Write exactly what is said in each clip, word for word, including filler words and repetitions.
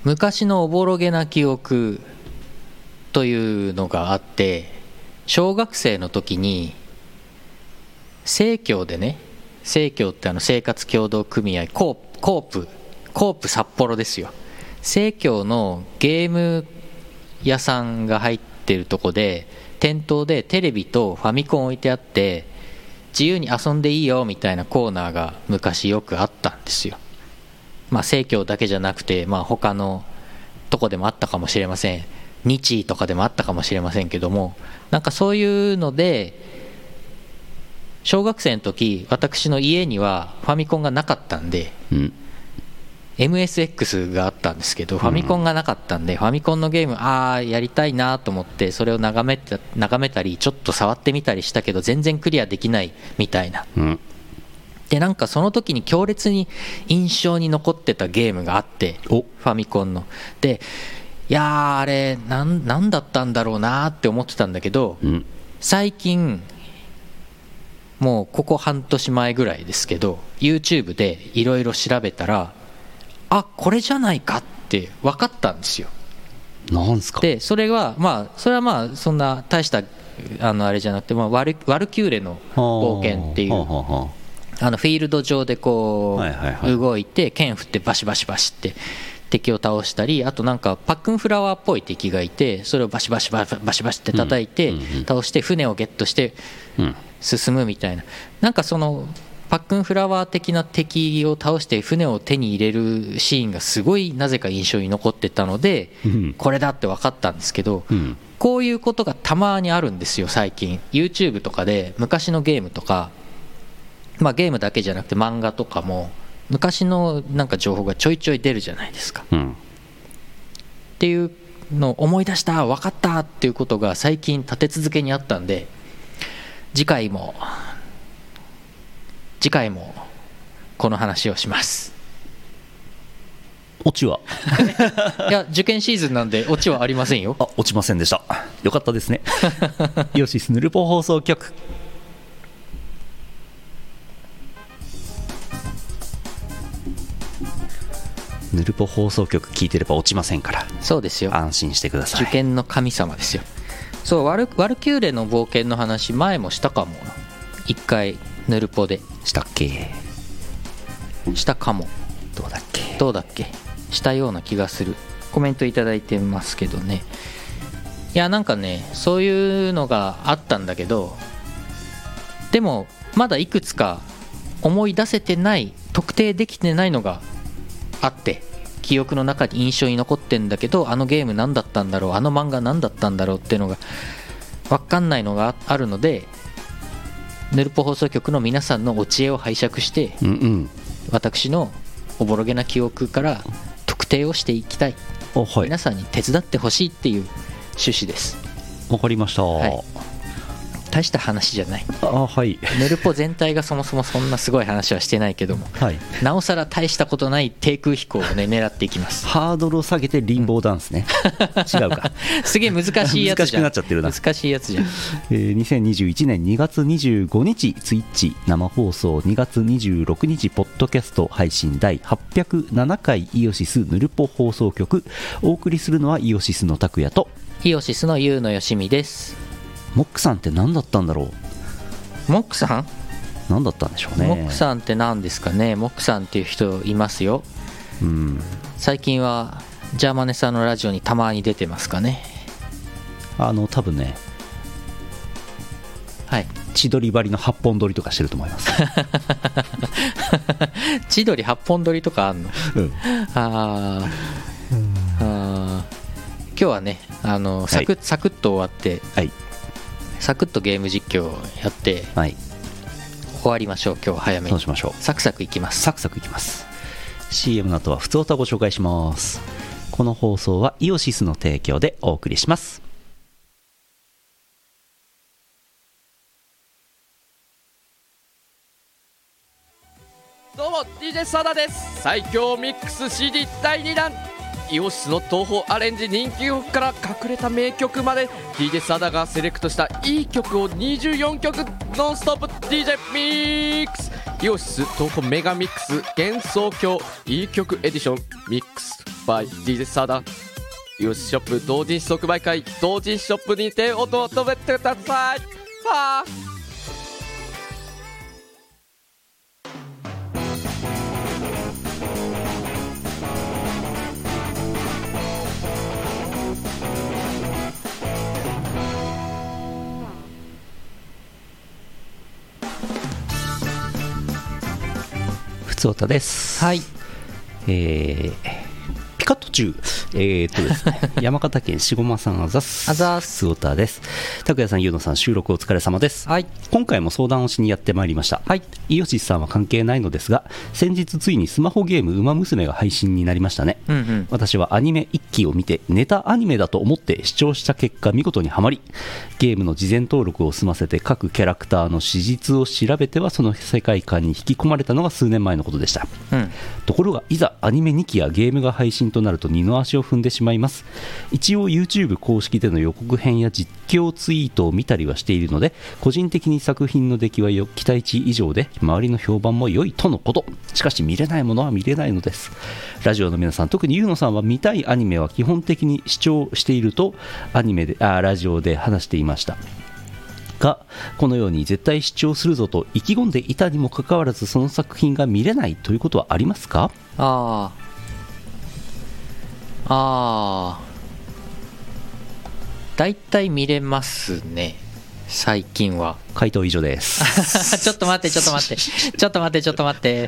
昔のおぼろげな記憶というのがあって、小学生の時に生協でね、生協ってあの生活協同組合、コープ、コープ、コープ札幌ですよ。生協のゲーム屋さんが入ってるとこで、店頭でテレビとファミコン置いてあって、自由に遊んでいいよみたいなコーナーが昔よくあったんですよ。まあ生協だけじゃなくて、まあ他のとこでもあったかもしれません。日とかでもあったかもしれませんけども、なんかそういうので、小学生の時私の家にはファミコンがなかったんで、うん、エムエスエックス があったんですけど、ファミコンがなかったんで、ファミコンのゲームああやりたいなと思って、それを眺めた眺めたりちょっと触ってみたりしたけど全然クリアできないみたいな、うん、でなんかその時に強烈に印象に残ってたゲームがあって、ファミコンので、いやーあれなん、なんだったんだろうなって思ってたんだけど、うん、最近もうここ半年前ぐらいですけど YouTube でいろいろ調べたら、あ、これじゃないかって分かったんですよ。 なんすか。 でそれはまあそれはまあそんな大したあのあれじゃなくて、まあ、ワル、ワルキューレの冒険っていう、はあはあはあ、あのフィールド上でこう、はいはいはい、動いて剣振ってバシバシバシって敵を倒したり、あとなんかパックンフラワーっぽい敵がいて、それをバシバシバシバシバシって叩いて倒して船をゲットして進むみたいな、なんかそのパックンフラワー的な敵を倒して船を手に入れるシーンがすごいなぜか印象に残ってたので、これだって分かったんですけど、こういうことがたまにあるんですよ最近。 YouTube とかで昔のゲームとか、まあゲームだけじゃなくて漫画とかも昔のなんか情報がちょいちょい出るじゃないですか、うん、っていうのを思い出した、分かったっていうことが最近立て続けにあったんで、次回も次回もこの話をします。 オチはいや受験シーズンなんでオチはありませんよ。 あ、落ちませんでした。よかったですね。イオシスヌルポ放送局、ヌルポ放送局聞いてれば落ちませんから。 そうですよ、 安心してください。 受験の神様ですよ。そう、ワル、ワルキューレの冒険の話前もしたかもな、一回ヌルポで。 したっけ。 したかも。 どうだっけどうだっけしたような気がする。コメントいただいてますけどね。いやなんかね、そういうのがあったんだけど、でもまだいくつか思い出せてない、特定できてないのがあって、記憶の中に印象に残ってんだけど、あのゲーム何だったんだろう、あの漫画何だったんだろうっていうのが分かんないのがあるので、ヌルポ放送局の皆さんのお知恵を拝借して、うんうん、私のおぼろげな記憶から特定をしていきたい、はい、皆さんに手伝ってほしいっていう趣旨です。 わかりました、はい、 大した話じゃない。 あ、はい、 ヌルポ全体がそもそもそんなすごい話はしてないけども、はい、なおさら大したことない低空飛行をね狙っていきます。 ハードルを下げてリンボーダンスね、うん、違うか。 すげえ難しいやつじゃん。 難しくなっちゃってるな。 難しいやつじゃん。 えー、にせんにじゅういちねんにがつにじゅうごにちツイッチ生放送、にがつにじゅうろくにちポッドキャスト配信だいはっぴゃくななかいイオシスヌルポ放送局。お送りするのはイオシスの拓也とイオシスのユウのよしみです。 モックさんって何だったんだろう。 モックさん何だったんでしょうね。 モックさんって何ですかね。モックさんっていう人いますよ。うん、最近はジャーマネさんのラジオにたまに出てますかね。 あの多分ね、はい、千鳥張りのはっぽん撮りとかしてると思います。 千鳥はっぽん撮りとかあんの、うん、ああ、今日はね、あのサクッ、はい、サクッと終わって、はい、サクッとゲーム実況をやって、はい、終わりましょう。今日は早めに。 そうしましょう。 サクサクいきます。 サクサクいきます。 シーエム の後はふつおたをご紹介します。この放送はイオシスの提供でお送りします。 どうも ディージェー サダです。最強ミックス シーディー だいにだん、イオシスの東宝アレンジ人気曲から隠れた名曲まで ディージェー サダがセレクトしたいい曲をにじゅうよんきょくノンストップ ディージェー ミックス。イオシス東宝メガミックス幻想郷いい曲エディションミックス。 by ディージェー サダイオシスショップ同人誌即売会同人誌ショップにてお求めてください。はあふつおたです。 はい。 えー、ピカッと中、えー、っとですね、山形県しごまさんあざす。 あざす。 ふつおたです。拓也さん、ゆうのさん、収録お疲れ様です。 はい。 今回も相談をしにやってまいりました。 はい。 イオシスさんは関係ないのですが、先日ついにスマホゲームウマ娘が配信になりましたね。 うんうん。 私はアニメいっきを見てネタアニメだと思って視聴した結果見事にはまり、ゲームの事前登録を済ませて各キャラクターの史実を調べてはその世界観に引き込まれたのが数年前のことでした。 うん。 ところがいざアニメにきやゲームが配信となると二の足を踏んでしまいます。一応 YouTube 公式での予告編や実況ツイートを見たりはしているので、個人的に作品の出来は期待値以上で周りの評判も良いとのこと。しかし見れないものは見れないのです。ラジオの皆さん、特にゆうのさんは見たいアニメは基本的に視聴しているとアニメであラジオで話していましたが、このように絶対視聴するぞと意気込んでいたにもかかわらずその作品が見れないということはありますか？ ああ。ああ。だいたい見れますね。最近は。 回答以上です。 ちょっと待ってちょっと待ってちょっと待ってちょっと待って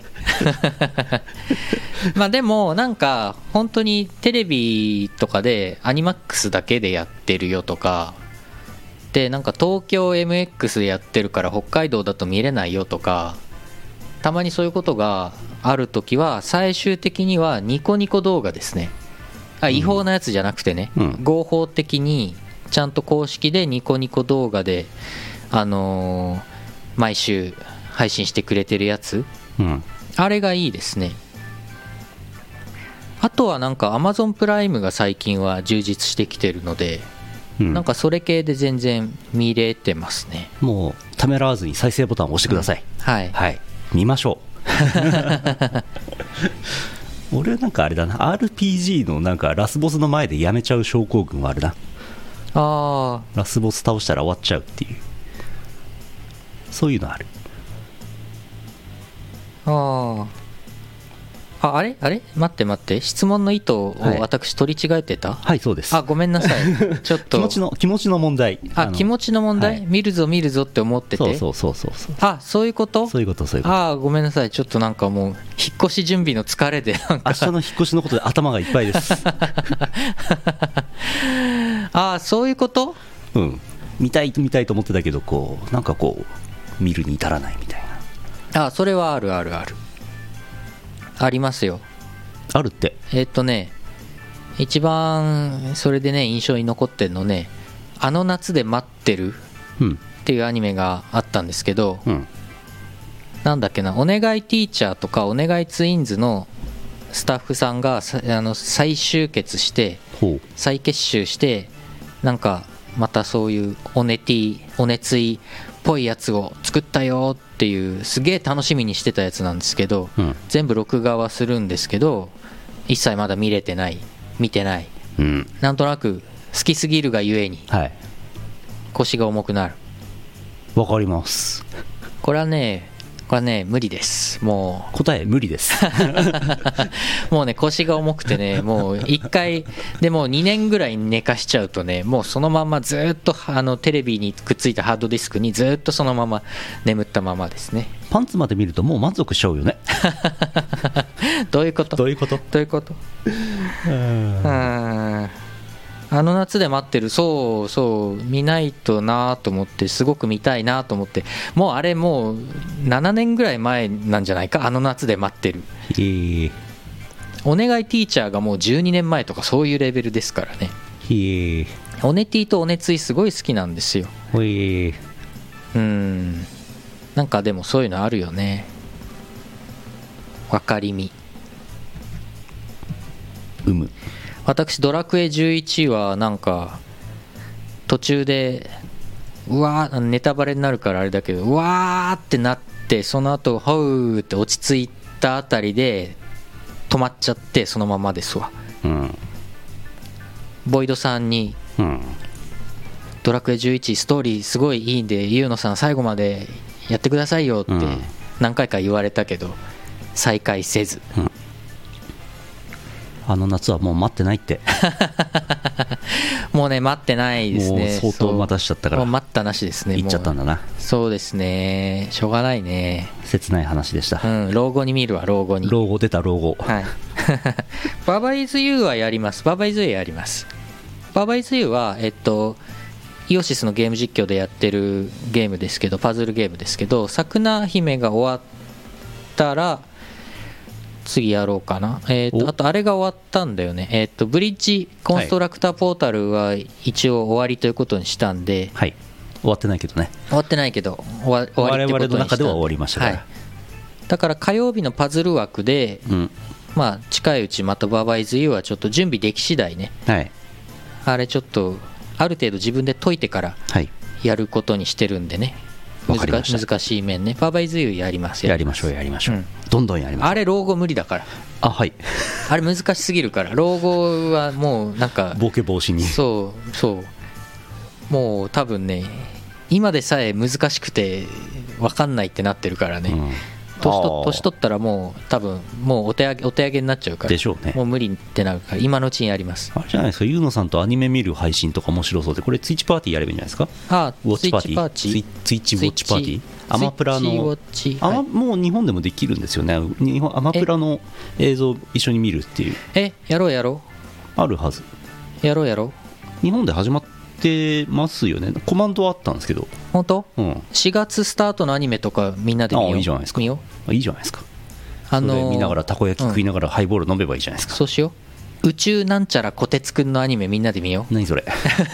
まあでもなんか本当にテレビとかでアニマックスだけでやってるよとかで、なんか東京 エムエックス でやってるから北海道だと見れないよとか、たまにそういうことがあるときは最終的にはニコニコ動画ですね。あ、違法なやつじゃなくてね、 うん、 合法的にちゃんと公式でニコニコ動画であのー、毎週配信してくれてるやつ、 うん、 あれがいいですね。あとはなんか Amazon プライムが最近は充実してきてるので、うん、なんかそれ系で全然見れてますね。 もうためらわずに再生ボタンを押してください、 うん、はい、はい、 見ましょう俺なんかあれだな、 アールピージー のなんかラスボスの前でやめちゃう症候群はあるな。 あー、 ラスボス倒したら終わっちゃうっていう、そういうのある。 ああ、あれあれ待って待って、質問の意図を私取り違えてた？ はい、はい、そうです。 あ、ごめんなさいちょっと気持ちの気持ちの問題。 あ、気持ちの問題、はい、見るぞ見るぞって思ってて、 そうそうそうそうそう、 あ、そういうことそういうことそういうこと。 ああ、ごめんなさい、ちょっとなんかもう引っ越し準備の疲れでなんか明日の引っ越しのことで頭がいっぱいですああ、そういうこと。 うん、見たい見たいと思ってたけど、こうなんかこう見るに至らないみたいな。 あ、それはあるあるあるありますよ。 あるって。 えーっとね一番それでね印象に残ってるのね、あの夏で待ってるっていうアニメがあったんですけど、うん、なんだっけな、お願いティーチャーとかお願いツインズのスタッフさんがあの再集結して再結集して、なんかまたそういうおねティおねついっぽいやつを作ったよっていう、すげえ楽しみにしてたやつなんですけど、うん、全部録画はするんですけど一切まだ見れてない、見てない、うん、なんとなく好きすぎるがゆえに、はい、腰が重くなる。 わかります。 これはねこれはね無理です。もう答え無理ですもうね腰が重くてね、もういっかいでもうにねんぐらい寝かしちゃうとね、もうそのままずっとあのテレビにくっついたハードディスクにずっとそのまま眠ったままですね。 パンツまで見るともう満足しちゃうよねどういうことどういうことどういうことうーん、あの夏で待ってる、そうそう見ないとなと思って、すごく見たいなと思って、もうあれもうななねんぐらい前なんじゃないか、あの夏で待ってる。 えー、 お願いティーチャーがもうじゅうにねんまえとかそういうレベルですからね。 えー、 おねティとおねついすごい好きなんですよ。 えー、 うーん、なんかでもそういうのあるよね。分かりみうむ。 私ドラクエじゅういちはなんか途中でうわー、ネタバレになるからあれだけど、うわーってなって、その後ほうって落ち着いたあたりで止まっちゃって、そのままですわうんボイドさんにうんドラクエじゅういちストーリーすごいいいんでユーノさん最後までやってくださいよってうん何回か言われたけど再開せず、 あの夏はもう待ってないってもうね待ってないですね。 もう相当待たしちゃったからもう待ったなしですね。 行っちゃったんだな。 もうそうですね、しょうがないね。 切ない話でした。 うん、老後に見るわ老後に。 老後出た老後。 はいババイズユーはやります。ババイズユーやります。ババイズユーはえっとイオシスのゲーム実況でやってるゲームですけど、パズルゲームですけど、さくな姫が終わったら次やろうかな。えー、とあとあれが終わったんだよね。えー、とブリッジコンストラクターポータルは一応終わりということにしたんで、 はい、終わってないけどね。 終わってないけど終わ終わりってことにしたんで、 我々の中では終わりましたから、 はい、だから火曜日のパズル枠で、 うん、 まあ近いうちまたババイズユーはちょっと準備でき次第ね、 はい、 あれちょっとある程度自分で解いてからやることにしてるんでね、 わかりました。 難しい面ね。ババイズユーやりますよ。 やりましょうやりましょう、 うん、 どんどんやりましょう。 あれ老後無理だから。 あ、はいあれ難しすぎるから老後はもうなんかボケ防止に。 そうそうもう多分ね今でさえ難しくて分かんないってなってるからね、うん、年, と年取ったらもう多分もうお手上げお手上げになっちゃうからでしょうね。 もう無理ってなるから今のうちにやります。 あれじゃないですか、ユーノさんとアニメ見る配信とか面白そうで、これツイッチパーティーやればいいんじゃないですか。 ああ、 ウォッチパーティー、ツイツイッチウォッチパーティー、アマプラのアマ、もう日本でもできるんですよね。日本アマプラの映像一緒に見るっていう。 えやろうやろうあるはず。 やろうやろう。 日本で始まってますよね。コマンドはあったんですけど。 本当、 うん、 しがつスタートのアニメとかみんなで見よう。 ああいいじゃないですか。 見よういいじゃないですか。 あのー、 それ見ながらたこ焼き食いながらハイボール飲めばいいじゃないですか。 うん、そうしよう。宇宙なんちゃらこてつくんのアニメみんなで見よう。 何それ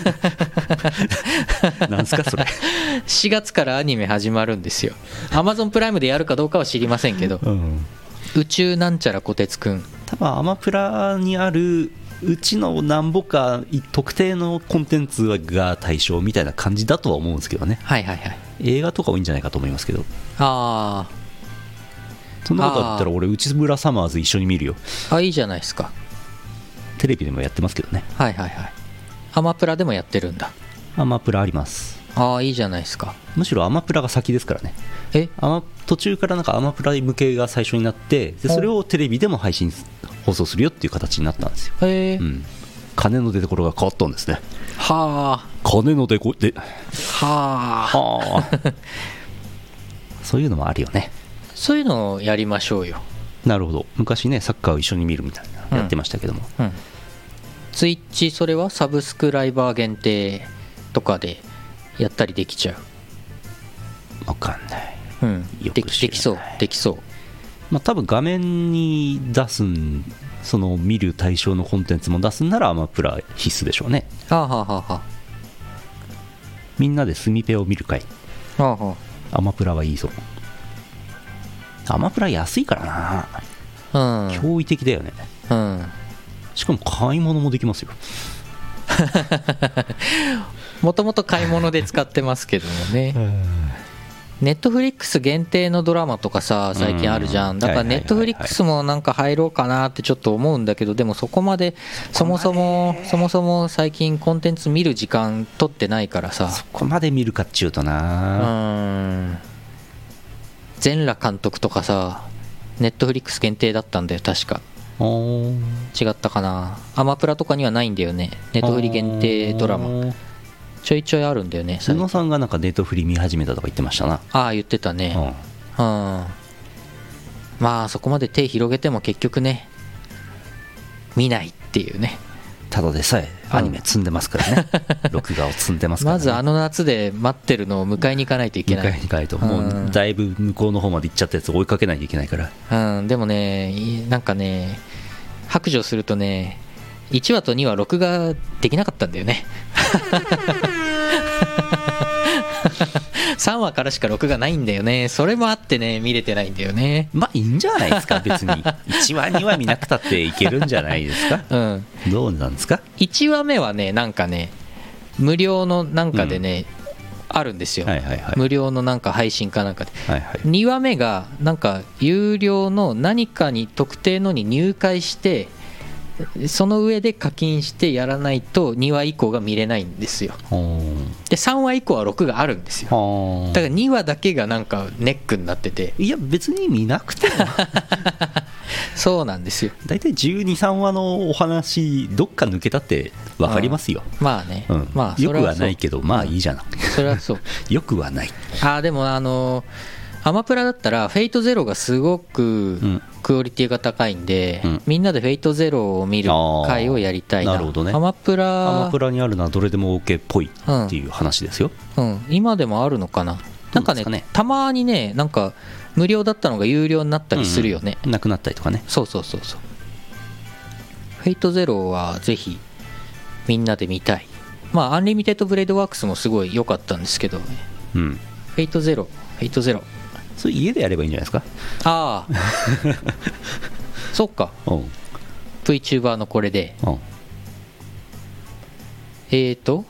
何すかそれしがつからアニメ始まるんですよ。アマゾンプライムでやるかどうかは知りませんけど、うん、宇宙なんちゃらこてつくん、 多分アマプラにあるうちのなんぼか特定のコンテンツが対象みたいな感じだとは思うんですけどね。 はいはいはい。 映画とか多いんじゃないかと思いますけど。 ああ、 そんなことだったら俺内村サマーズ一緒に見るよ。 あ、いいじゃないですか。 テレビでもやってますけどね。 はいはいはい。アマプラでもやってるんだ。 アマプラあります。 ああ、いいじゃないですか。 むしろアマプラが先ですからね。 えアマ途中からなんかアマプラ向けが最初になって、でそれをテレビでも配信放送するよっていう形になったんですよ。 へえ、 うん、金の出所が変わったんですね。 はあ、 金の出こではあはあそういうのもあるよね。 そういうのをやりましょうよ。 なるほど。昔ねサッカーを一緒に見るみたいなやってましたけども、 うんうん、ツイッチそれはサブスクライバー限定とかでやったりできちゃう。わかんない、 うん、よく知らない。できそうできそう。 まあ多分画面に出すん、その見る対象のコンテンツも出すんならアマプラ必須でしょうね。 はあはあはあ。 みんなでスミペを見る会、 はあはあ、アマプラはいいぞ。アマプラ安いからな、うん、 驚異的だよね、 うん、 しかも買い物もできますよもともと買い物で使ってますけどもねネットフリックス限定のドラマとかさ最近あるじゃん。だからネットフリックスもなんか入ろうかなってちょっと思うんだけど、でもそこまでそもそもそもそも最近コンテンツ見る時間取ってないからさ。 そこまで見るかっちゅうとな。 うーん、全裸監督とかさネットフリックス限定だったんだよ確か。違ったかな。アマプラとかにはないんだよねネットフリ限定ドラマ。ちょいちょいあるんだよね。 宇野さんがなんかネットフリ見始めたとか言ってましたな。 ああ言ってたね、うん、うん、まあそこまで手広げても結局ね見ないっていうね。 ただでさえアニメ積んでますからね、うん、録画を積んでますからね。 まずあの夏で待ってるのを迎えに行かないといけない。 迎えに行かないと、うん、もうだいぶ向こうの方まで行っちゃったやつを追いかけないといけないから。 うん、でもねなんかね白状するとねいちわとにわ録画できなかったんだよねさんわからしか録画ないんだよね。それもあってね見れてないんだよね。 まあいいんじゃないですか別にいちわにわ見なくたっていけるんじゃないですか、うん、どうなんですか。 いちわめはねなんかね無料のなんかでね、うん、あるんですよ、はいはいはい、無料のなんか配信かなんかで、はいはい、にわめがなんか有料の何かに特定のに入会してその上で課金してやらないとにわ以降が見れないんですよ。でさんわ以降はろくがあるんですよ。だからにわだけがなんかネックになってて、 いや別に見なくてもそうなんですよ。 だいたいじゅうに、さんわのお話どっか抜けたって分かりますよ。 まあね、 うん、 まあよくはないけどまあいいじゃない。 それはそうよくはない。 ああでもあのアマプラだったらフェイトゼロがすごくクオリティが高いんで、うん、みんなでフェイトゼロを見る回をやりたいな。 なるほどね。 アマプラアマプラにあるのはどれでも OK っぽいっていう話ですよ。 うん、うん、今でもあるのかな。なんか ね, ねたまにねなんか無料だったのが有料になったりするよね、 うんうん、なくなったりとかね。 そうそうそうそう。フェイトゼロはぜひみんなで見たい。まあアンリミテッドブレードワークスもすごい良かったんですけど、 うん、 フェイトゼロフェイトゼロそれ家でやればいいんじゃないですか。 ああそっか、うん、VTuber のこれで、うん、えーと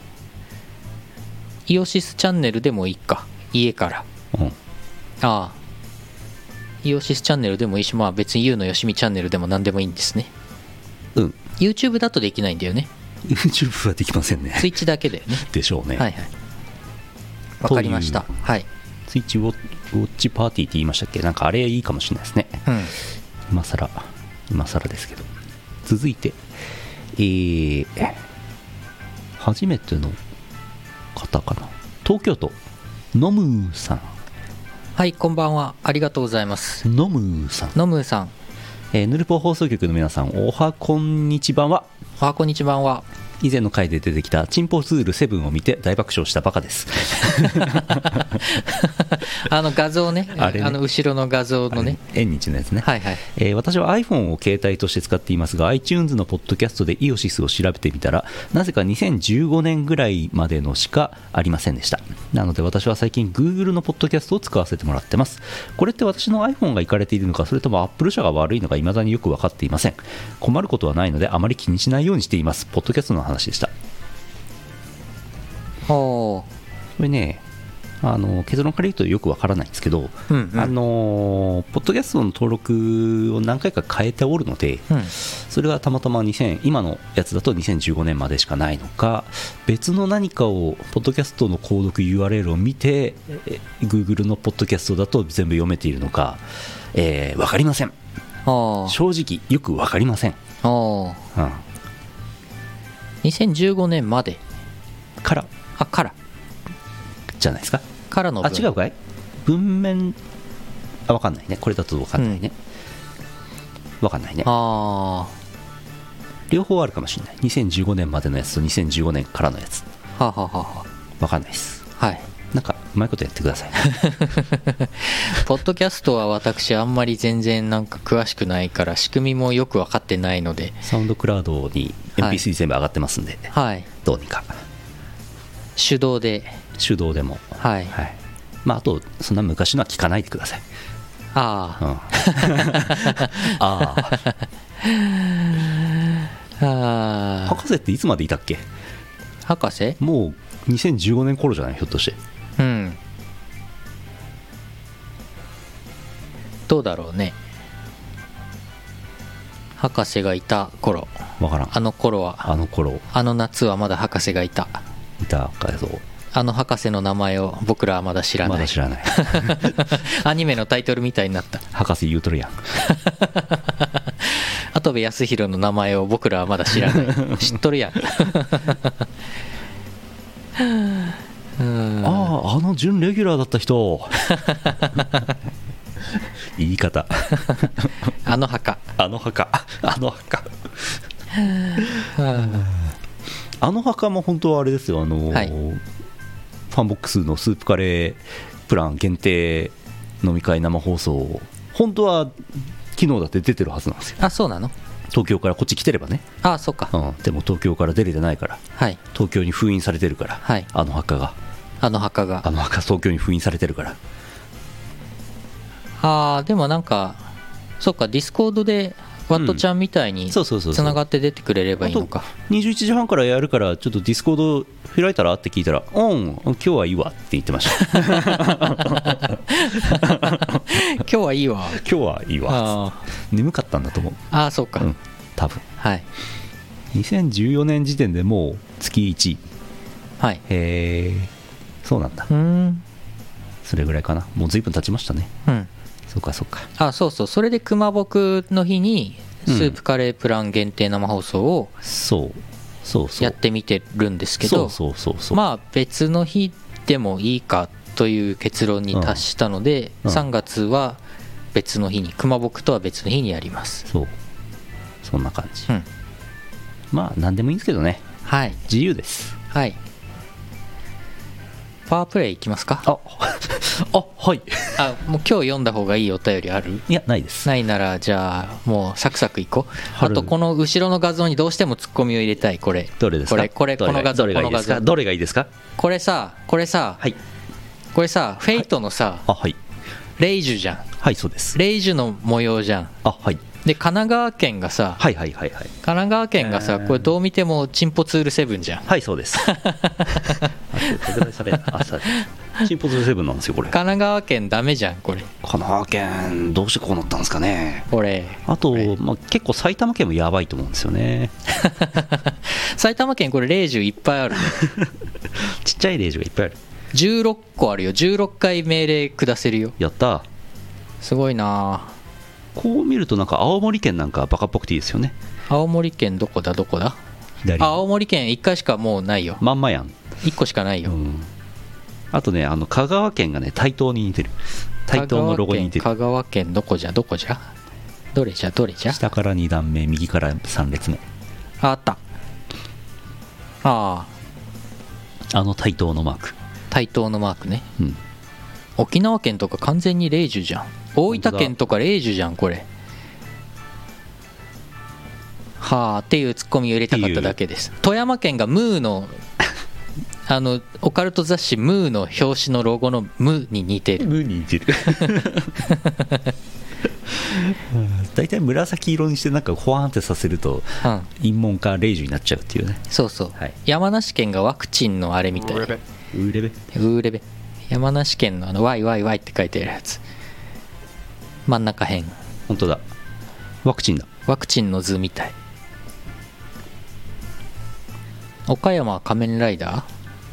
イオシスチャンネルでもいいか、家から、うん、ああイオシスチャンネルでもいいし、まあ別に ユー のよしみチャンネルでも何でもいいんですね。 うん YouTube だとできないんだよね。 YouTube はできませんね。 Twitch だけだよね。 でしょうね。 はいはい、わかりました。はい、 Twitch ウォッチパーティーって言いましたっけ。なんかあれいいかもしれないですね、うん、今更今更ですけど。続いてえー、初めての方かな、東京都ノムーさん。 はい、こんばんは、ありがとうございます。 ノムーさん、 ノムーさん、 えー、ヌルポ放送局の皆さん、おはこんにちばんは。 おはこんにちばんは。 以前の回で出てきたチンポツールセブンを見て大爆笑したバカですあの画像 ね, あ, ねあの後ろの画像のね、 縁日のやつね、 はいはい。 えー、私は iPhone を携帯として使っていますが iTunes のポッドキャストでイオシスを調べてみたらなぜかにせんじゅうごねんぐらいまでのしかありませんでした。なので私は最近 Google のポッドキャストを使わせてもらってます。これって私の iPhone がいかれているのか、それとも Apple 社が悪いのか未だによく分かっていません。困ることはないのであまり気にしないようにしています。ポッドキャストの話でした。 これね、あの結論から言うとよくわからないんですけど、うんうん、あのポッドキャストの登録を何回か変えておるので、うん、それがたまたまにせん今のやつだとにせんじゅうごねんまでしかないのか、別の何かをポッドキャストの購読 ユーアールエル を見て Google のポッドキャストだと全部読めているのか、えー、分かりません。正直よく分かりません。あ、うん、 にせんじゅうごねんまでからあからじゃないですか。 からのあ違うかい文面あ分かんないね。これだと分かんないね、うん、分かんないね。あ両方あるかもしれない。にせんじゅうごねんまでのやつとにせんじゅうごねんからのやつ。 はあ、はあはあ、 分かんないです。 はい、 なんかうまいことやってくださいポッドキャストは私あんまり全然なんか詳しくないから仕組みもよく分かってないので、 サウンドクラウドに エムピースリー 全部上がってますんで、 はい、 どうにか手動で手動でも、 はいはい、まあ、あとそんな昔のは聞かないでください。 ああ、うん、 ああ博士っていつまでいたっけ。 博士もうにせんじゅうごねん頃じゃない、ひょっとして。 うん、どうだろうね。博士がいた頃、 わからん。 あの頃はあの頃あの夏はまだ博士がいたいたかぞ。 あの博士の名前を僕らはまだ知らない。 まだ知らないアニメのタイトルみたいになった。 博士言うとるやん跡部康弘の名前を僕らはまだ知らない知っとるやんうんああ、あの準レギュラーだった人言い方あの墓あの墓あの墓あの墓も本当はあれですよ、あの、はい、ファンボックスのスープカレープラン限定飲み会生放送、本当は昨日だって出てるはずなんですよ。 あ、そうなの。 東京からこっち来てればね。 あ、そうか、 うん、でも東京から出れてないから、 はい、 東京に封印されてるから、はい、あの墓があの墓があの墓東京に封印されてるから。 あー、でもなんかそっか、ディスコードでワットちゃんみたいにつながって出てくれればいいのか。 にじゅういちじはんからやるからちょっとディスコード開いたらって聞いたら、うん今日はいいわって言ってました今日はいいわ今日はいいわ。眠かったんだと思う。 ああ、そうか、うん、 多分。 はいにせんじゅうよねん時点でもう月いち。 はい。 へえ、そうなんだ。 うーんそれぐらいかな。もう随分経ちましたね。 うんそうかそうか。 あそうそう、それで熊僕の日にスープカレープラン限定生放送をそうそうそう。 やってみてるんですけど、 そうそうそうそう。 まあ別の日でもいいかという結論に達したので、 うんうんさんがつは別の日に、熊僕とは別の日にやります。 そう。そんな感じ。 うんまあ何でもいいんですけどね。 はい自由です。 はい。パワープレイいきますか。 ああはいあもう今日読んだ方がいいお便りある？ いやないです。 ないならじゃあもうサクサクいこう。あ春とこの後ろの画像にどうしてもツッコミを入れたい。これどれですか？ これこれどれこの画像どれがいいですか？ この画像どれがいいですか？ これさこれさ、 はい。 これさフェイトのさ、 あはいレイジュじゃん。 はいそうです。 レイジュの模様じゃん。 あはいで神奈川県がさ、 はいはいはいはい神奈川県がさ、これどう見てもチンポツールセブンじゃん。 はいそうです。あそうどれされあさチンポズセブンなんですよこれ。 神奈川県ダメじゃんこれ。 神奈川県どうしてこうなったんですかね。 これあと、まあ、結構埼玉県もやばいと思うんですよね。 埼玉県これレイジュいっぱいあるね。 ちっちゃいレージがいっぱいある。 じゅうろっこあるよ。じゅうろっかい命令下せるよ。 やったー。 すごいな。 こう見るとなんか青森県なんかバカっぽくていいですよね。 青森県どこだどこだ。 左あ青森県いっかいしかもうないよ。 まんまやん。 いっこしかないよ。 うん、あとねあの香川県がね台東に似てる。台東のロゴに似てる。 香川県、香川県どこじゃどこじゃどれじゃどれじゃ。 下からに段目右からさん列目。 ああった。あああの台東のマーク。 台東のマークね。 うん沖縄県とか完全にレイジュじゃん。大分県とかレイジュじゃんこれ。はあっていうツッコミを入れたかっただけです。富山県がムーのあのオカルト雑誌ムーの表紙のロゴのムに似てる。 ムに似てる。大体紫色にしてなんかホワーンってさせるとうん陰門かレイジュになっちゃうっていうね。 そうそう、 はい山梨県がワクチンのあれみたい。 ウーレベウーレベ。山梨県のあの ワイワイワイ って書いてあるやつ。真ん中辺本当だワクチンだ。 ワクチンの図みたい。岡山は仮面ライダー。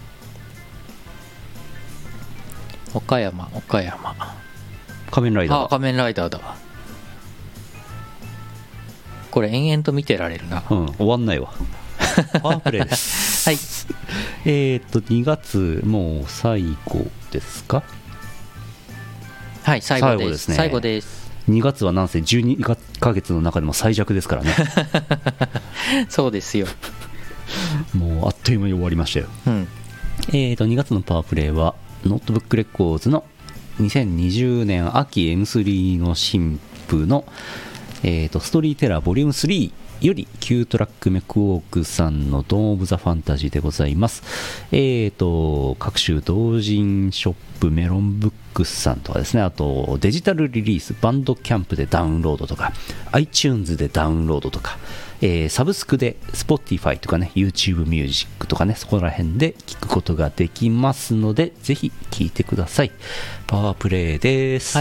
岡山岡山仮面ライダーだ。 あ仮面ライダーだわ。これ延々と見てられるな。 うん終わんないわ。パワープレイです。 はい。 えーっとにがつもう最後ですか。 はい最後です。 最後ですね最後です。 にがつはなんせじゅうにかげつの中でも最弱ですからね。 そうですよ。 もうあっという間に終わりましたよ。 うんえーとにがつのパワープレイはノートブックレコーズのにせんにじゅうねん秋 エムスリー の新譜の、えーとストーリーテラーボリュームスリーよりきゅうトラック目クォークさんのドーン・オブ・ザ・ファンタジーでございます。えーと各種同人ショップメロンブックスさんとかですね、あとデジタルリリースバンドキャンプでダウンロードとか iTunes でダウンロードとか、えーサブスクで Spotify とかね YouTube ミュージックとかね、そこら辺で聞くことができますのでぜひ聞いてください。パワープレイです。 はい。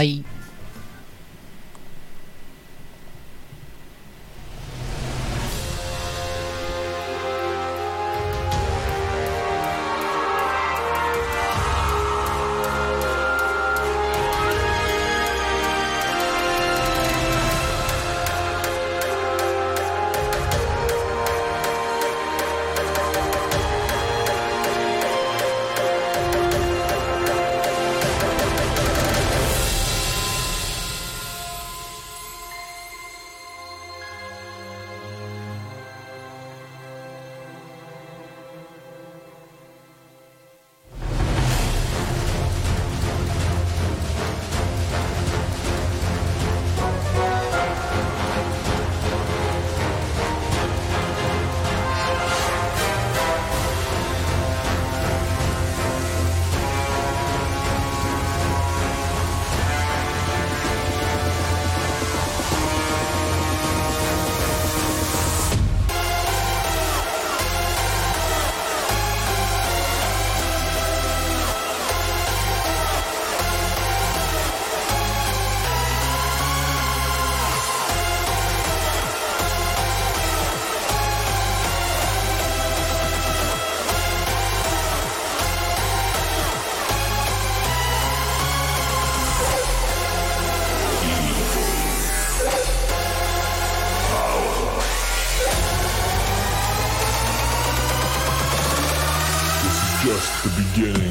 just the beginning.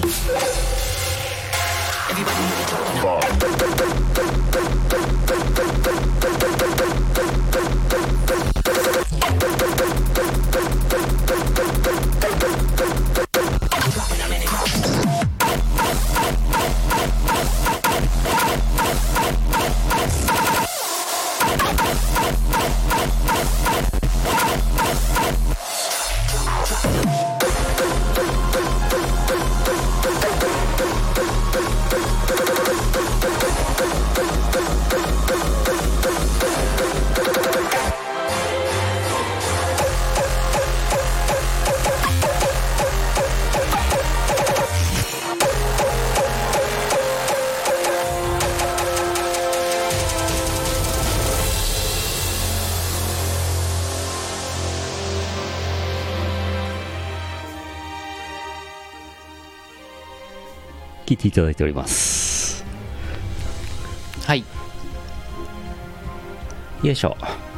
聞いていただいております。 はい、 よいしょ。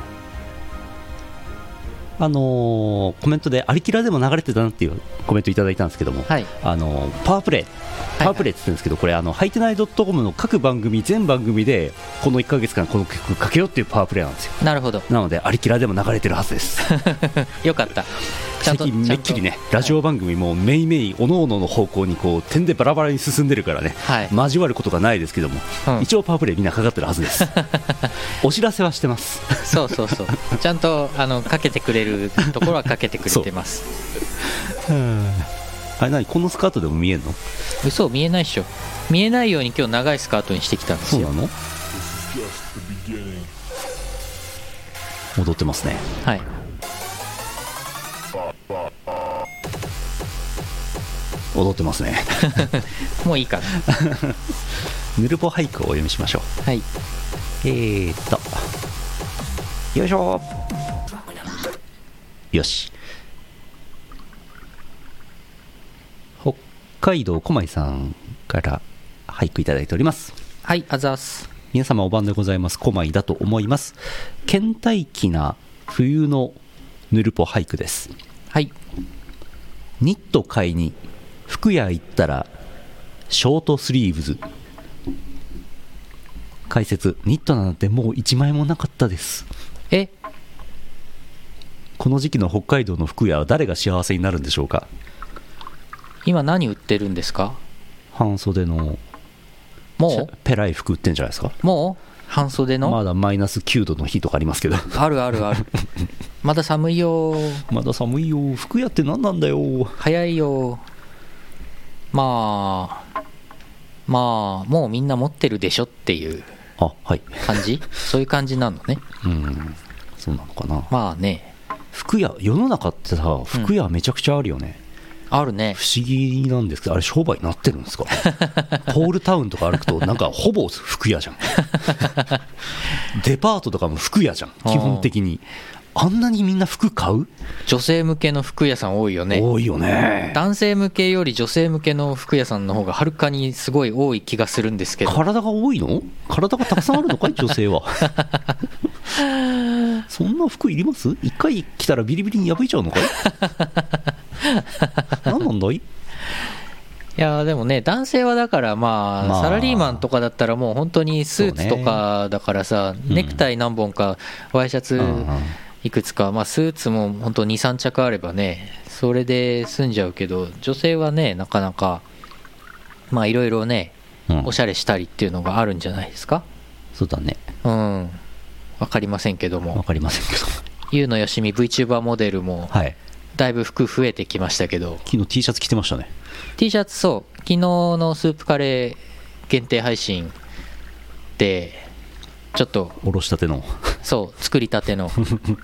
あのー、コメントでアリキラでも流れてたなっていうコメントいただいたんですけども、 はい、 あのー、パワープレイパワープレイって言ってるんですけど、これあのハイテナイ .com の各番組全番組でこのいっかげつかんこの曲かけようっていうパワープレイなんですよ。 なるほど。 なのでアリキラでも流れてるはずですよかった。 最近めっきりねラジオ番組もめいめいおのおのの方向にこう点でバラバラに進んでるからね、はい、交わることがないですけども、うん、一応パワープレイみんなかかってるはずですお知らせはしてますそうそうそう、ちゃんとあのかけてくれるところはかけてくれてますあれ何このスカートでも見えるの？ 嘘、見えないっしょ。見えないように今日長いスカートにしてきたんですよ。 そうなの？踊ってますね。 はい、 踊ってますねもういいかなヌルポ俳句をお読みしましょう。 はい、 えーっとよいしょ。よし。北海道小舞さんから俳句いただいております。 はい、あざーす。 皆様お晩でございます。小舞だと思います。倦怠期な冬のヌルポ俳句です。 はい。 ニット買いに服屋行ったらショートスリーブズ。解説、ニットなんてもう一枚もなかったです。 え、 この時期の北海道の服屋は誰が幸せになるんでしょうか。 今何売ってるんですか？ 半袖のもうペライ服売ってんじゃないですか。 もう半袖のまだマイナスきゅうどの日とかありますけどあるあるあるまだ寒いよ。 まだ寒いよ。服屋って何なんだよ。 早いよ。まあまあもうみんな持ってるでしょっていうあ、はい、 感じそういう感じなのね。 うん、そうなのかな。 まあね、 服屋、世の中ってさ、服屋めちゃくちゃあるよね、 うん、あるね。 不思議なんですけど、あれ商売になってるんですかポールタウンとか歩くとなんかほぼ服屋じゃんデパートとかも服屋じゃん基本的に。あんなにみんな服買う？ 女性向けの服屋さん多いよね。 多いよね。 男性向けより女性向けの服屋さんの方がはるかにすごい多い気がするんですけど。 体が多いの？体がたくさんあるのかい女性はそんな服いります？一回着たらビリビリに破いちゃうのかい何なんだい？いやでもね、男性はだからまあ、まあ、サラリーマンとかだったらもう本当にスーツとかだからさ、ね、ネクタイ何本かワイシャツいくつか、まあ、スーツも本当にさん着あればねそれで済んじゃうけど、女性はねなかなかまあいろいろね、うん、おしゃれしたりっていうのがあるんじゃないですか。 そうだね。 うん、分かりませんけども。 分かりませんけどゆうのよしみ VTuber モデルも、 はい、 だいぶ服増えてきましたけど。 昨日 T シャツ着てましたね。 T シャツ、そう昨日のスープカレー限定配信でちょっとおろしたてのそう作りたての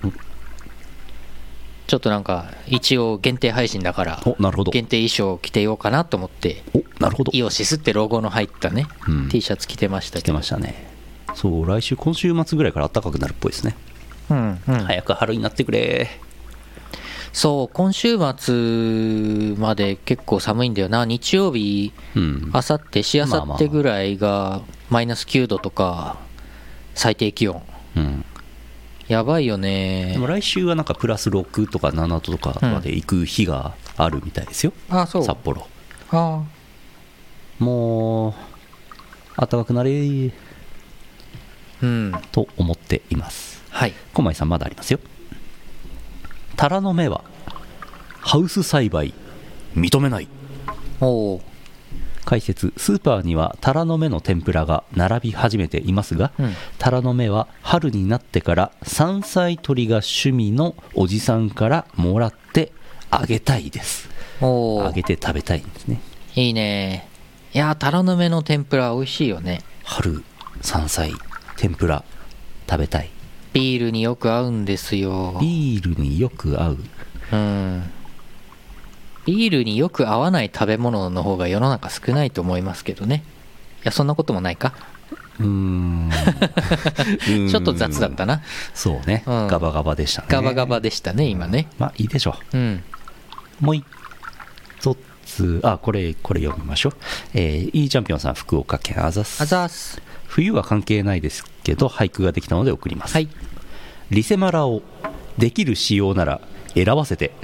ちょっとなんか一応限定配信だからおなるほど限定衣装を着てようかなと思って、 おなるほどイオシスってロゴの入ったね、うん、T シャツ着てましたけど。 着てましたね。そう来週今週末ぐらいから暖かくなるっぽいですね。 うんうん、 早く春になってくれ。 そう今週末まで結構寒いんだよな。日曜日、あさってしあさってぐらいがマイナスきゅうどとか最低気温、 うん、 やばいよね。 でも来週はなんかプラスろくとかななとかまで行く日があるみたいですよ、 ああそう。 札幌。 あもう暖かくなれーあうんと思っています。 はい。 小前さんまだありますよ。タラの芽はハウス栽培認めない。 おお。 解説。スーパーにはタラの芽の天ぷらが並び始めていますが、 うんタラの芽は春になってから山菜採りが趣味のおじさんからもらってあげたいです。 おお。 あげて食べたいんですね。 いいね。いやータラの芽の天ぷら美味しいよね。 春山菜天ぷら食べたい。 ビールによく合うんですよ。 ビールによく合う。 うんビールによく合わない食べ物の方が世の中少ないと思いますけどね。いやそんなこともないか。 うーんちょっと雑だったな。 そうね、 うんガバガバでしたね。 ガバガバでしたね今ね。 まあいいでしょうんう。もう一つ、あこれこれ読みましょう。えー、いいチャンピオンさん、福岡県あざす。 あざーす。 冬は関係ないですけど俳句ができたので送ります。 はい。 リセマラをできる仕様なら選ばせて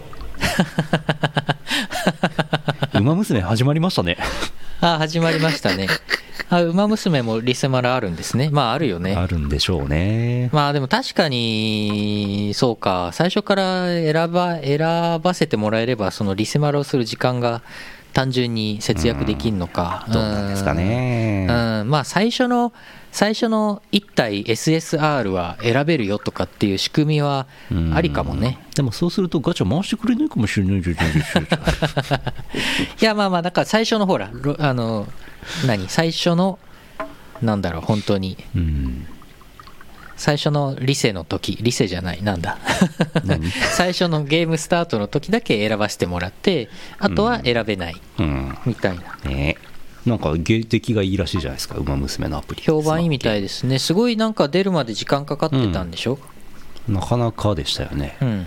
馬娘始まりましたね。 あ始まりましたね。あ馬娘もリセマラあるんですね。まああるよね。 あるんでしょうね。 まあでも確かにそうか、最初から選ば選ばせてもらえればそのリセマラをする時間が単純に節約できるのか。 どうなんですかね。 うんうんまあ最初の最初のいち体 エスエスアール は選べるよとかっていう仕組みはありかもね。 でもそうするとガチャ回してくれないかもしれないじゃないですか。 いやまあまあだから最初のほらろあの何最初のなんだろう本当にうん最初のリセの時リセじゃないなんだ何最初のゲームスタートの時だけ選ばせてもらってあとは選べないうんみたいな、 ねなんか芸的がいいらしいじゃないですか、馬娘のアプリ。 評判いいみたいですね。すごいなんか出るまで時間かかってたんでしょ、 なかなかでしたよね。 うん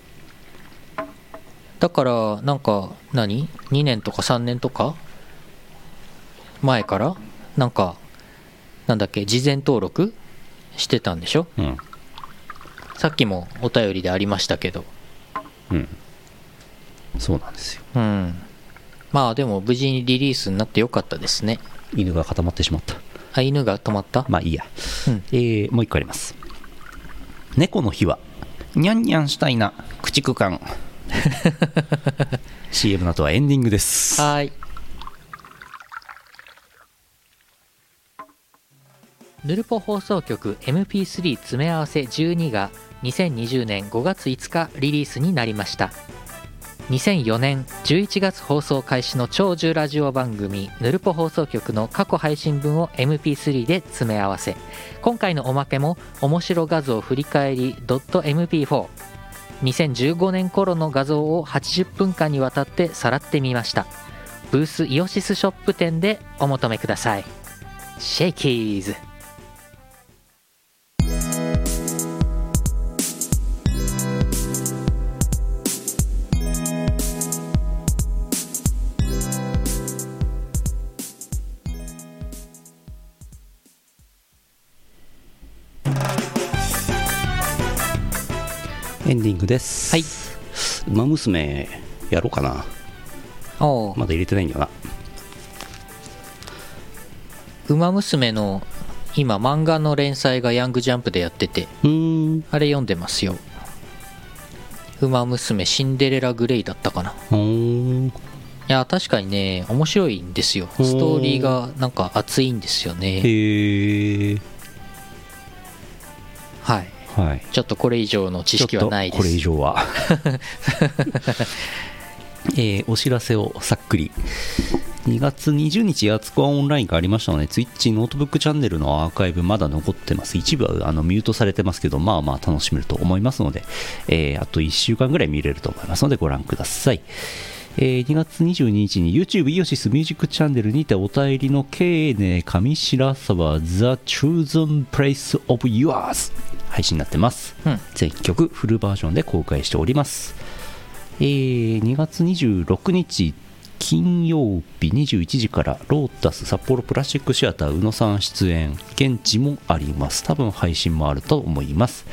だからなんか何にねんとかさんねんとか前からなんかなんだっけ事前登録してたんでしょ。 うんさっきもお便りでありましたけど。 うんそうなんですよ。 うんまあでも無事にリリースになってよかったですね。 犬が固まってしまった。 あ犬が止まった。 まあいいや、 うんえーもう一個あります。猫の日はニャンニャンしたいな駆逐艦シーエム の後はエンディングです。 はーい。ヌルポ放送局 エムピースリー 詰め合わせじゅうにがにせんにじゅうねんごがついつかリリースになりました。にせんよねんじゅういちがつ放送開始の長寿ラジオ番組ヌルポ放送局の過去配信分を エムピースリー で詰め合わせ、今回のおまけも面白画像振り返り エムピーフォー、にせんじゅうごねん頃の画像をはちじゅっぷんかんにわたってさらってみました。ブースイオシスショップ店でお求めください。シェイキーズ。 エンディングです。 はい。 馬娘やろうかな。 おうまだ入れてないんだよな。 馬娘の今漫画の連載がヤングジャンプでやってて、 うーんあれ読んでますよ。馬娘シンデレラグレイだったかな。 ほーんいや確かにね面白いんですよ。ストーリーがなんか熱いんですよね。 へえはい。 はい、 ちょっとこれ以上の知識はないです。 これ以上は、えー、お知らせをさっくり。にがつにじゅうにちやつこわオンラインがありましたので、ツイッチノートブックチャンネルのアーカイブまだ残ってます。一部はあのミュートされてますけど、まあまあ楽しめると思いますので、えー、あといっしゅうかんぐらい見れると思いますのでご覧ください。えー、にがつにじゅうににちに YouTube イオシスミュージックチャンネルにてお便りのケーネ上白沢 The Chosen Place of Yours 配信になってます、 うん、 全曲フルバージョンで公開しております。えー、にがつにじゅうろくにち金曜日にじゅういちじからロータス札幌プラスチックシアター宇野さん出演、現地もあります。多分配信もあると思います。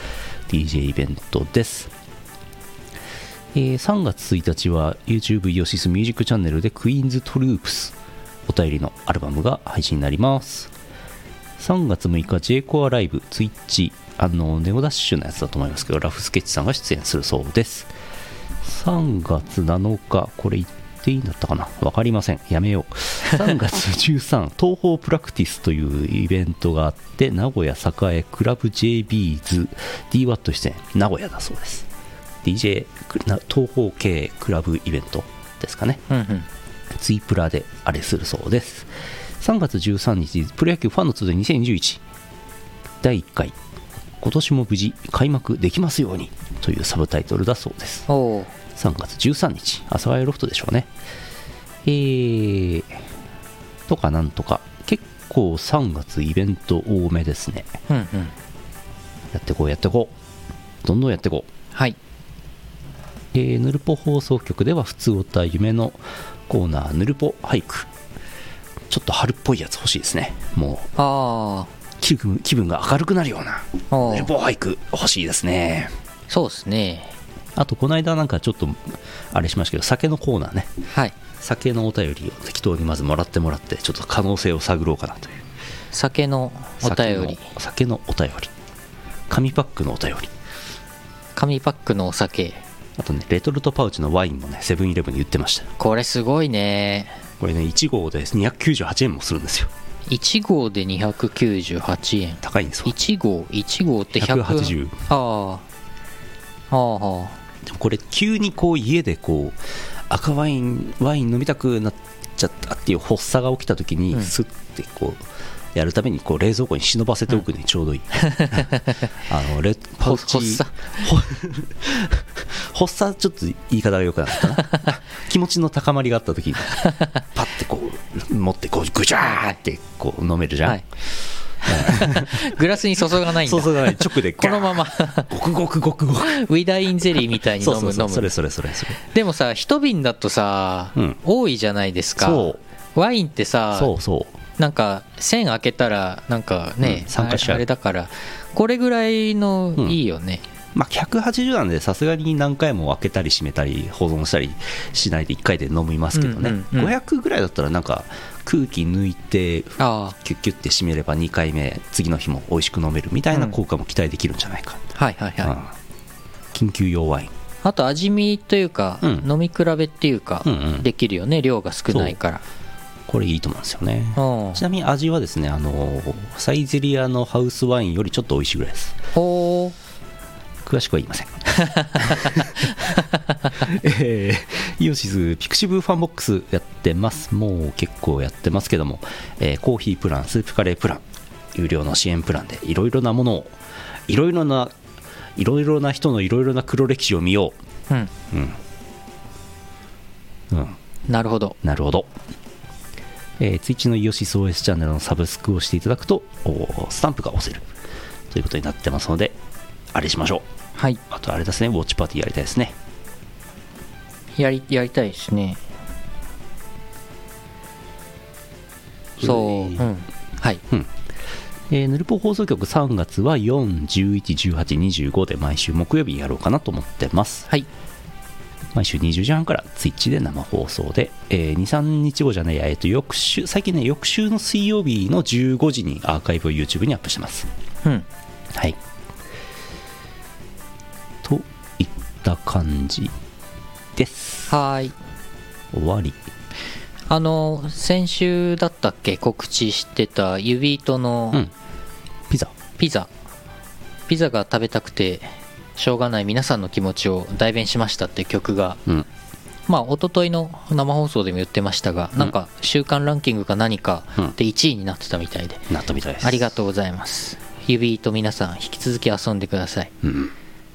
ディージェー イベントです。えー、さんがつついたちは YouTube イオシスミュージックチャンネルでクイーンズトループスお便りのアルバムが配信になります。さんがつむいか J コアライブ Twitch、 あのネオダッシュのやつだと思いますけど、ラフスケッチさんが出演するそうです。さんがつなのか、これ言っていいんだったかな、わかりません、やめよう。さんがつじゅうさん東宝プラクティスというイベントがあって、名古屋栄クラブ ジェイビーズ ディーワット 出演、名古屋だそうです。 ディージェー 東宝系クラブイベントですかね、 うんうん、 ツイプラであれするそうです。さんがつじゅうさんにちプロ野球ファンの集いにせんにじゅういちだいいっかい、今年も無事開幕できますようにというサブタイトルだそうです。 おさんがつじゅうさんにち、阿佐ヶ谷ロフトでしょうね。えーとかなんとか、結構さんがつイベント多めですね。 うんうん、 やってこうやってこう、どんどんやってこう。 はい。 えー、ヌルポ放送局では普通おた夢のコーナー、ヌルポ俳句、ちょっと春っぽいやつ欲しいですね。もうあ気分、気分が明るくなるようなあ、 ヌルポ俳句欲しいですね。 そうですね。 あとこの間なんかちょっとあれしましたけど、酒のコーナーね、 はい、 酒のお便りを適当にまずもらってもらって、ちょっと可能性を探ろうかなという。 酒のお便り、 酒のお便り、紙パックのお便り、 紙パックのお酒、 あとねレトルトパウチのワインもね、セブンイレブンに売ってました。 これすごいね。 これねいち号でにひゃくきゅうじゅうはちえんもするんですよ。 いち号でにひゃくきゅうじゅうはちえん、 高いんですよ。 いち号いち号ってひゃくひゃくはちじゅう。 ああああ、 でもこれ急にこう家でこう赤ワインワイン飲みたくなっちゃったっていう発作が起きた時に、 うん、 スッてこうやるためにこう冷蔵庫に忍ばせておくのにちょうどいい、うん、あのレパウチ発作発作ちょっと言い方が良くなかったな気持ちの高まりがあった時にパッてこう持ってこうぐちゃーってこう飲めるじゃん、はいグラスに注がないんだ。 注がない、直でこのままごくごくごくごくウィダインゼリーみたいに飲む。 そうそうそう、 飲む。 それそれそれそれ。 でもさ、一瓶だとさ、うん、多いじゃないですか。そうワインってさ、 そうそうなんか栓開けたらなんかね、 うん、参加しちゃう。 あれだからこれぐらいのいいよね、 うん、まあひゃくはちじゅうなんでさすがに何回も開けたり閉めたり保存したりしないでいっかいで飲みますけどね、うんうんうん、ごひゃくぐらいだったらなんか空気抜いてキュッキュッて閉めればにかいめ次の日も美味しく飲めるみたいな効果も期待できるんじゃないか、 うん、はいはいはい、うん、 緊急用ワイン、 あと味見というか、うん、飲み比べっていうか、うんうん、できるよね、量が少ないから。 これいいと思うんですよね。ちなみに味はですね、あのサイゼリアのハウスワインよりちょっと美味しいぐらいです。 ほー、詳しくは言いませんえー、イオシスピクシブファンボックスやってます。もう結構やってますけども、えー、コーヒープラン、スープカレープラン、有料の支援プランでいろいろなものを、いろいろないろいろな人のいろいろな黒歴史を見よう。うんうん、うん、 なるほどなるほど。えー、Twitch のイオシス オーエス チャンネルのサブスクをしていただくとスタンプが押せるということになってますので、あれしましょう。 はい。 あとあれですね、ウォッチパーティーやりたいですね。 やりやりたいですね。そう、うん、はい、 うんえー、ヌルポ放送局さんがつはよん、じゅういち、じゅうはち、にじゅうごで毎週木曜日やろうかなと思ってます。 はい。 毎週にじゅうじはんからツイッチで生放送で、えー、に、さんにちごじゃないや、えー、と翌週、最近ね、翌週の水曜日のじゅうごじにアーカイブを YouTube にアップしてます。 うん。 はい。といった感じです。 はい。 終わり。 あの、先週だったっけ、告知してた指糸の、 うん、ピザ。 ピザ。ピザが食べたくて、しょうがない皆さんの気持ちを代弁しましたって曲が、うん、まあ一昨日の生放送でも言ってましたが、うん、なんか週間ランキングか何かでいちいになってたみたいで、 うん、なったみたいです。 ありがとうございます。指糸皆さん引き続き遊んでください、うん、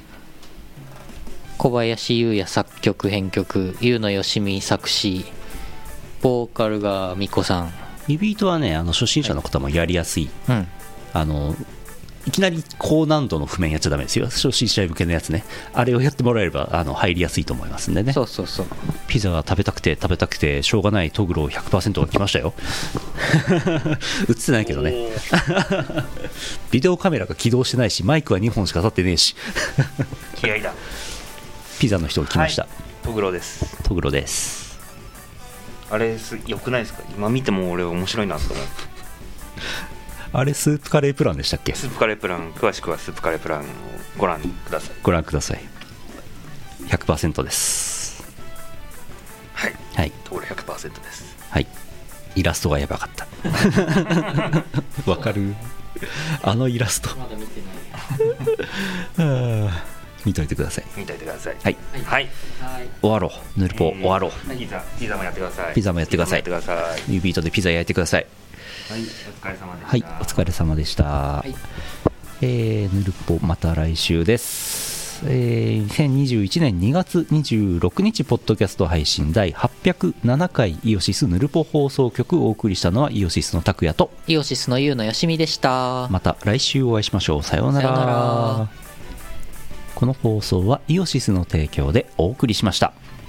小林優也作曲編曲、優野よしみ作詞、ボーカルがみこさん。 指糸はね、あの初心者の方もやりやすい、はい、うん、あのいきなり高難度の譜面やっちゃダメですよ。初心者向けのやつね、あれをやってもらえればあの入りやすいと思いますんでね。 そうそうそう。 ピザが食べたくて食べたくてしょうがないトグロ ひゃくパーセント が来ましたよ映ってないけどねビデオカメラが起動してないしマイクはにほんしか立ってねえし気合いだ。 ピザの人が来ました、 はい、トグロです。 トグロです。 あれすよくないですか？今見ても俺面白いなと思う。 あれスープカレープランでしたっけ？ スープカレープラン、詳しくはスープカレープランをご覧ください。 ご覧ください。 ひゃくパーセント です。 はい、 はい、 トグロ ひゃくパーセント です。 はい、イラストがやばかったわかる？あのイラストまだ見てないあ見といてください。 見といてください。 はい、 はい、 終わろう。ヌルポ、 えー終わろう。 ピザ、ピザもやってください。 ピザもやってください。 ピザもやってください。 ニュービートでピザ焼いてください。 はい、お疲れ様でした。 はい、お疲れ様でした。はい、えー、ヌルポまた来週です。えー、にせんにじゅういちねんにがつにじゅうろくにちポッドキャスト配信だいはっぴゃくななかいイオシスヌルポ放送局をお送りしたのはイオシスの拓也とイオシスのユウのよしみでした。 また来週お会いしましょう。さようなら。 さようなら。 この放送はイオシスの提供でお送りしました。